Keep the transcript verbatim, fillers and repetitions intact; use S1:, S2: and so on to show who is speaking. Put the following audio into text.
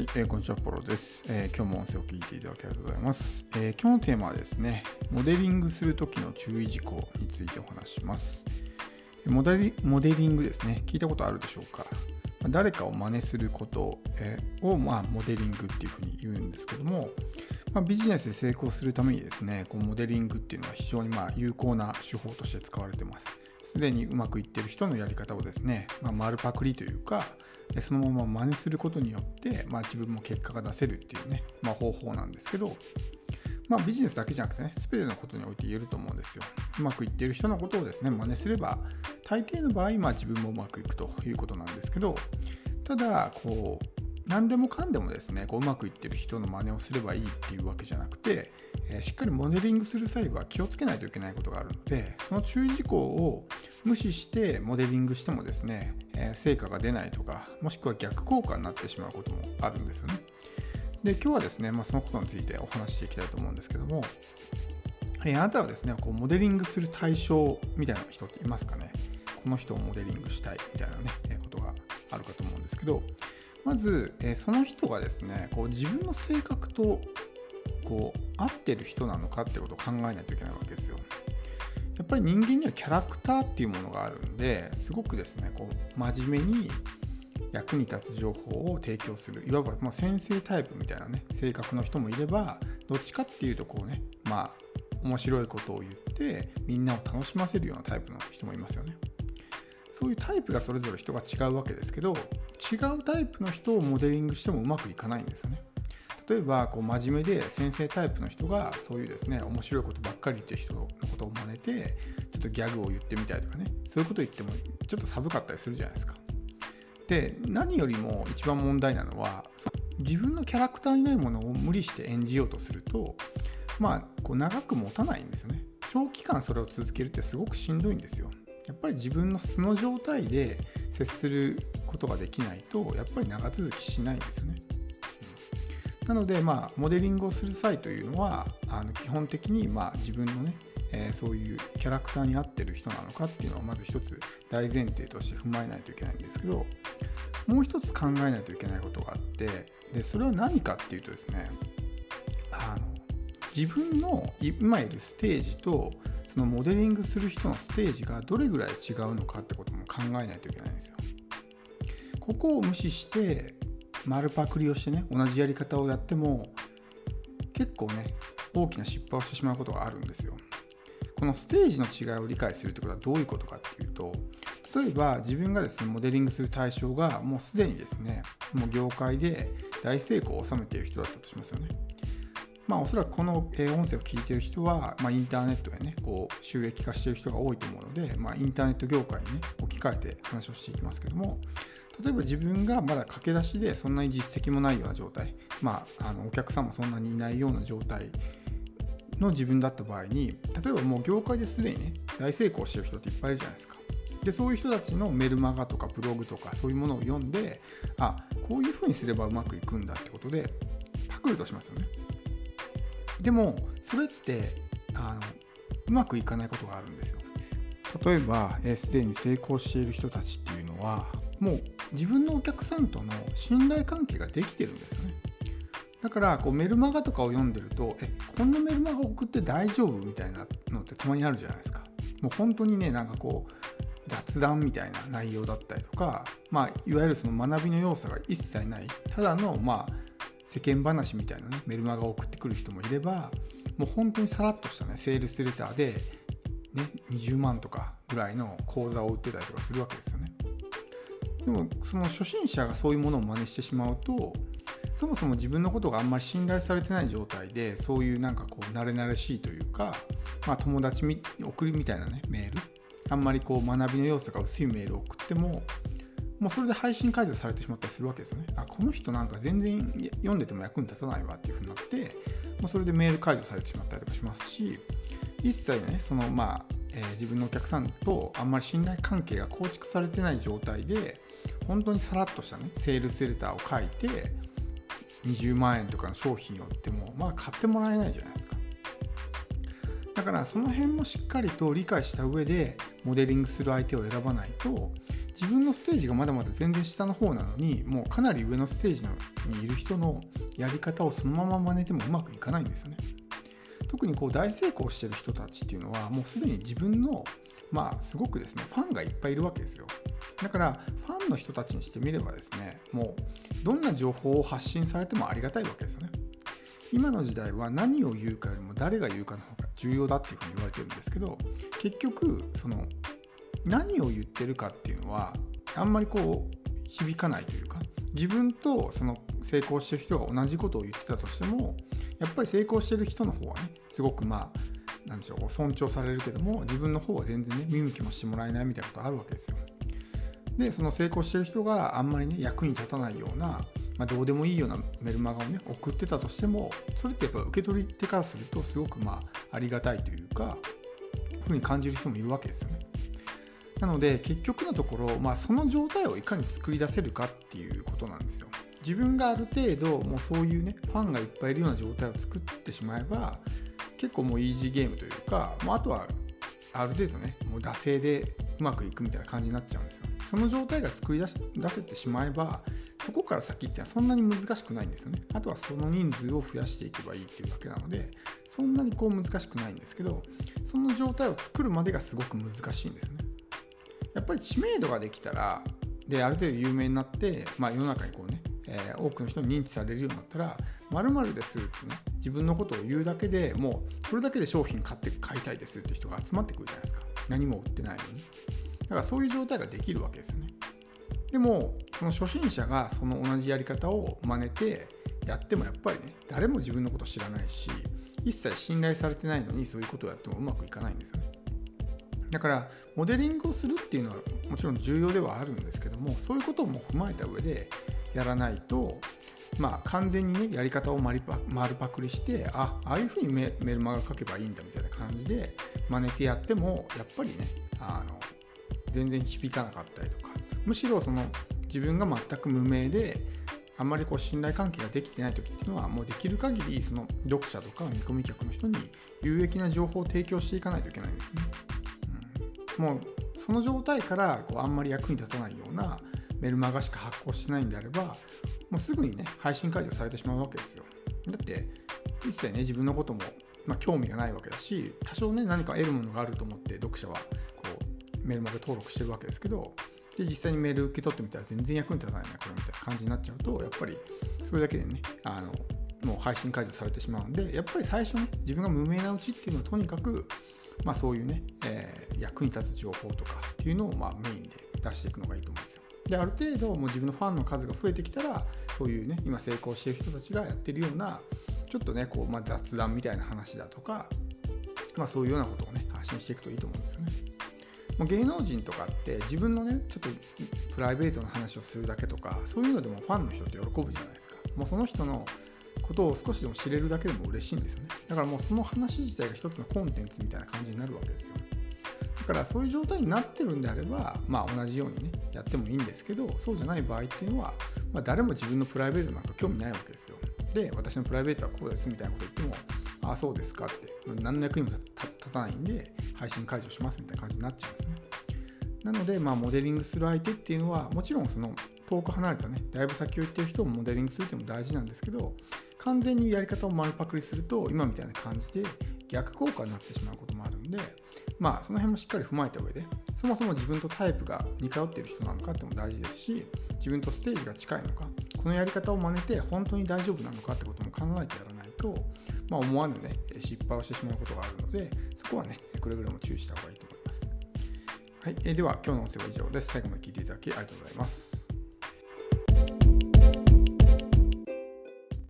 S1: 、えー、こんにちは、ポロです、えー。今日も音声を聞いていただきありがとうございます。えー、今日のテーマはですね、モデリングするときの注意事項についてお話します。モデリ、モデリングですね、聞いたことあるでしょうか。誰かを真似すること、えー、を、まあ、モデリングっていうふうに言うんですけども、まあ、ビジネスで成功するためにですね、こうモデリングっていうのは非常にまあ有効な手法として使われています。すでにうまくいっている人のやり方をですね、まあ、丸パクリというか、そのまま真似することによって、まあ、自分も結果が出せるっていうね、まあ、方法なんですけど、まあ、ビジネスだけじゃなくてね、全てのことにおいて言えると思うんですよ。うまくいっている人のことをですね、真似すれば、大抵の場合、まあ、自分もうまくいくということなんですけど、ただ、こう、何でもかんでもですね、こううまくいっている人の真似をすればいいっていうわけじゃなくて、えー、しっかりモデリングする際は気をつけないといけないことがあるので、その注意事項を無視してモデリングしてもですね、えー、成果が出ないとか、もしくは逆効果になってしまうこともあるんですよね。で、今日はですね、まあ、そのことについてお話ししていきたいと思うんですけども、えー、あなたはですね、こうモデリングする対象みたいな人っていますかね。この人をモデリングしたいみたいなね、えー、ことがあるかと思うんですけど、まず、えー、その人がですね、こう自分の性格とこう合ってる人なのかってことを考えないといけないわけですよ。やっぱり人間にはキャラクターっていうものがあるんで、すごくですね、こう真面目に役に立つ情報を提供する、いわばまあ先生タイプみたいなね、性格の人もいれば、どっちかっていうとこうね、まあ面白いことを言ってみんなを楽しませるようなタイプの人もいますよね。そういうタイプがそれぞれ人が違うわけですけど、違うタイプの人をモデリングしてもうまくいかないんですよね。例えばこう真面目で先生タイプの人がそういうですね、面白いことばっかり言ってる人のことを真似てちょっとギャグを言ってみたりとかね、そういうことを言ってもちょっと寒かったりするじゃないですか。で、何よりも一番問題なのは、自分のキャラクターにないものを無理して演じようとすると、まあこう長く持たないんですよね。長期間それを続けるってすごくしんどいんですよ。やっぱり自分の素の状態で接することができないと、やっぱり長続きしないんですよね。うん、なので、まあ、モデリングをする際というのは、あの基本的にまあ自分のね、えー、そういうキャラクターに合ってる人なのかっていうのをまず一つ大前提として踏まえないといけないんですけど、もう一つ考えないといけないことがあって、でそれは何かっていうとですね、あの自分の今いるステージとそのモデリングする人のステージがどれぐらい違うのかってことも考えないといけないんですよ。ここを無視して丸パクリをしてね、同じやり方をやっても結構ね、大きな失敗をしてしまうことがあるんですよ。このステージの違いを理解するってことはどういうことかっていうと、例えば自分がですね、モデリングする対象がもうすでにですね、もう業界で大成功を収めている人だったとしますよね。まあ、おそらくこの音声を聞いている人は、まあ、インターネットでね、こう収益化している人が多いと思うので、まあ、インターネット業界にね、置き換えて話をしていきますけども、例えば自分がまだ駆け出しでそんなに実績もないような状態、まあ、あのお客さんもそんなにいないような状態の自分だった場合に、例えばもう業界ですでにね、大成功している人っていっぱいいるじゃないですか。で、そういう人たちのメルマガとかブログとかそういうものを読んで、あ、こういうふうにすればうまくいくんだってことでパクるとしますよね。でもそれってあのうまくいかないことがあるんですよ。例えばすでに成功している人たちっていうのは、もう自分のお客さんとの信頼関係ができてるんですよね。だからこうメルマガとかを読んでると、えこんなメルマガ送って大丈夫みたいなのってたまにあるじゃないですか。もう本当にね、なんかこう雑談みたいな内容だったりとか、まあ、いわゆるその学びの要素が一切ない、ただのまあ世間話みたいなね、メルマガを送ってくる人もいれば、もう本当にさらっとしたね、セールスレターで、ね、にじゅうまんとかぐらいの講座を売ってたりとかするわけですよね。でもその初心者がそういうものを真似してしまうと、そもそも自分のことがあんまり信頼されてない状態で、そういうなんかこう慣れ慣れしいというか、まあ、友達に送るみたいなね、メール、あんまりこう学びの要素が薄いメールを送っても、もうそれで配信解除されてしまったりするわけですよね。あ、この人なんか全然読んでても役に立たないわっていう風になって、もうそれでメール解除されてしまったりとかしますし、一切ね、そのまあ、えー、自分のお客さんとあんまり信頼関係が構築されてない状態で、本当にさらっとしたね、セールスレターを書いてにじゅうまんえんとかの商品を売っても、まあ買ってもらえないじゃないですか。だからその辺もしっかりと理解した上でモデリングする相手を選ばないと、 自分のステージがまだまだ全然下の方なのに、もうかなり上のステージにいる人のやり方をそのまま真似てもうまくいかないんですよね。特にこう大成功してる人たちっていうのはもうすでに自分のまあすごくですねファンがいっぱいいるわけですよ。だからファンの人たちにしてみればですね、もうどんな情報を発信されてもありがたいわけですよね。今の時代は何を言うかよりも誰が言うかの方が重要だっていうふうに言われてるんですけど、結局その何を言ってるかっていうのはあんまりこう響かないというか、自分とその成功してる人が同じことを言ってたとしても、やっぱり成功してる人の方はねすごくまあなんでしょう、尊重されるけども、自分の方は全然ね見向きもしてもらえないみたいなことあるわけですよ。でその成功してる人があんまりね役に立たないような、まあ、どうでもいいようなメルマガをね送ってたとしても、それってやっぱ受け取り手からするとすごくまあありがたいというかふうに感じる人もいるわけですよね。なので結局のところ、まあ、その状態をいかに作り出せるかっていうことなんですよ。自分がある程度もうそういうねファンがいっぱいいるような状態を作ってしまえば、結構もうイージーゲームというか、もうあとはある程度ねもう惰性でうまくいくみたいな感じになっちゃうんですよ。その状態が作り出し出せてしまえば、そこから先っていうのはそんなに難しくないんですよね。あとはその人数を増やしていけばいいっていうだけなので、そんなにこう難しくないんですけど、その状態を作るまでがすごく難しいんですよね。やっぱり知名度ができたら、である程度有名になって、まあ、世の中にこうね、えー、多くの人に認知されるようになったら、〇〇ですってね自分のことを言うだけでもうそれだけで商品買って買いたいですって人が集まってくるじゃないですか。何も売ってないのに。だからそういう状態ができるわけですよね。でもその初心者がその同じやり方を真似てやってもやっぱりね誰も自分のこと知らないし、一切信頼されてないのにそういうことをやってもうまくいかないんですよね。だからモデリングをするっていうのはもちろん重要ではあるんですけども、そういうことも踏まえた上でやらないと、まあ完全にねやり方を丸パ丸パクリして、あああいうふうにメメルマガ書けばいいんだみたいな感じで真似てやってもやっぱりねあの全然響かなかったりとか、むしろその自分が全く無名であんまりこう信頼関係ができてない時っていうのは、もうできる限りその読者とか見込み客の人に有益な情報を提供していかないといけないんですね。うん、もうその状態からこうあんまり役に立たないようなメルマガしか発行してないんであれば、もうすぐにね配信解除されてしまうわけですよ。だって一切ね自分のことも、まあ、興味がないわけだし、多少ね何か得るものがあると思って読者はこうメルマガ登録してるわけですけど、で実際にメール受け取ってみたら全然役に立たないなこれみたいな感じになっちゃうと、やっぱりそれだけでねあのもう配信解除されてしまうんで、やっぱり最初ね自分が無名なうちっていうのはとにかく、まあ、そういうね、えー、役に立つ情報とかっていうのをまあメインで出していくのがいいと思うんですよ。である程度もう自分のファンの数が増えてきたら、そういうね今成功している人たちがやってるようなちょっとねこう、まあ、雑談みたいな話だとか、まあ、そういうようなことをね発信していくといいと思うんですよね。もう芸能人とかって自分のねちょっとプライベートな話をするだけとか、そういうのでもファンの人って喜ぶじゃないですか。もうその人のことを少しでも知れるだけでも嬉しいんですよね。だからもうその話自体が一つのコンテンツみたいな感じになるわけですよ。だからそういう状態になってるんであれば、まあ同じようにねやってもいいんですけど、そうじゃない場合っていうのは、まあ、誰も自分のプライベートなんか興味ないわけですよ。で私のプライベートはこうですみたいなこと言っても、ああそうですかって何の役にも立たないんで配信解除しますみたいな感じになっちゃうんですね。なので、まあ、モデリングする相手っていうのはもちろんその遠く離れたねだいぶ先を行っている人をモデリングするっていうのも大事なんですけど、完全にやり方を丸パクリすると今みたいな感じで逆効果になってしまうこともあるんで、まあその辺もしっかり踏まえた上で、そもそも自分とタイプが似通っている人なのかっていうのも大事ですし、自分とステージが近いのか、このやり方を真似て本当に大丈夫なのかってことも考えてやらないと、まあ、思わぬね失敗をしてしまうことがあるので、そこはねくれぐれも注意した方がいいと思います。はい、えー、では今日の音声は以上です。最後まで聞いていただきありがとうございます。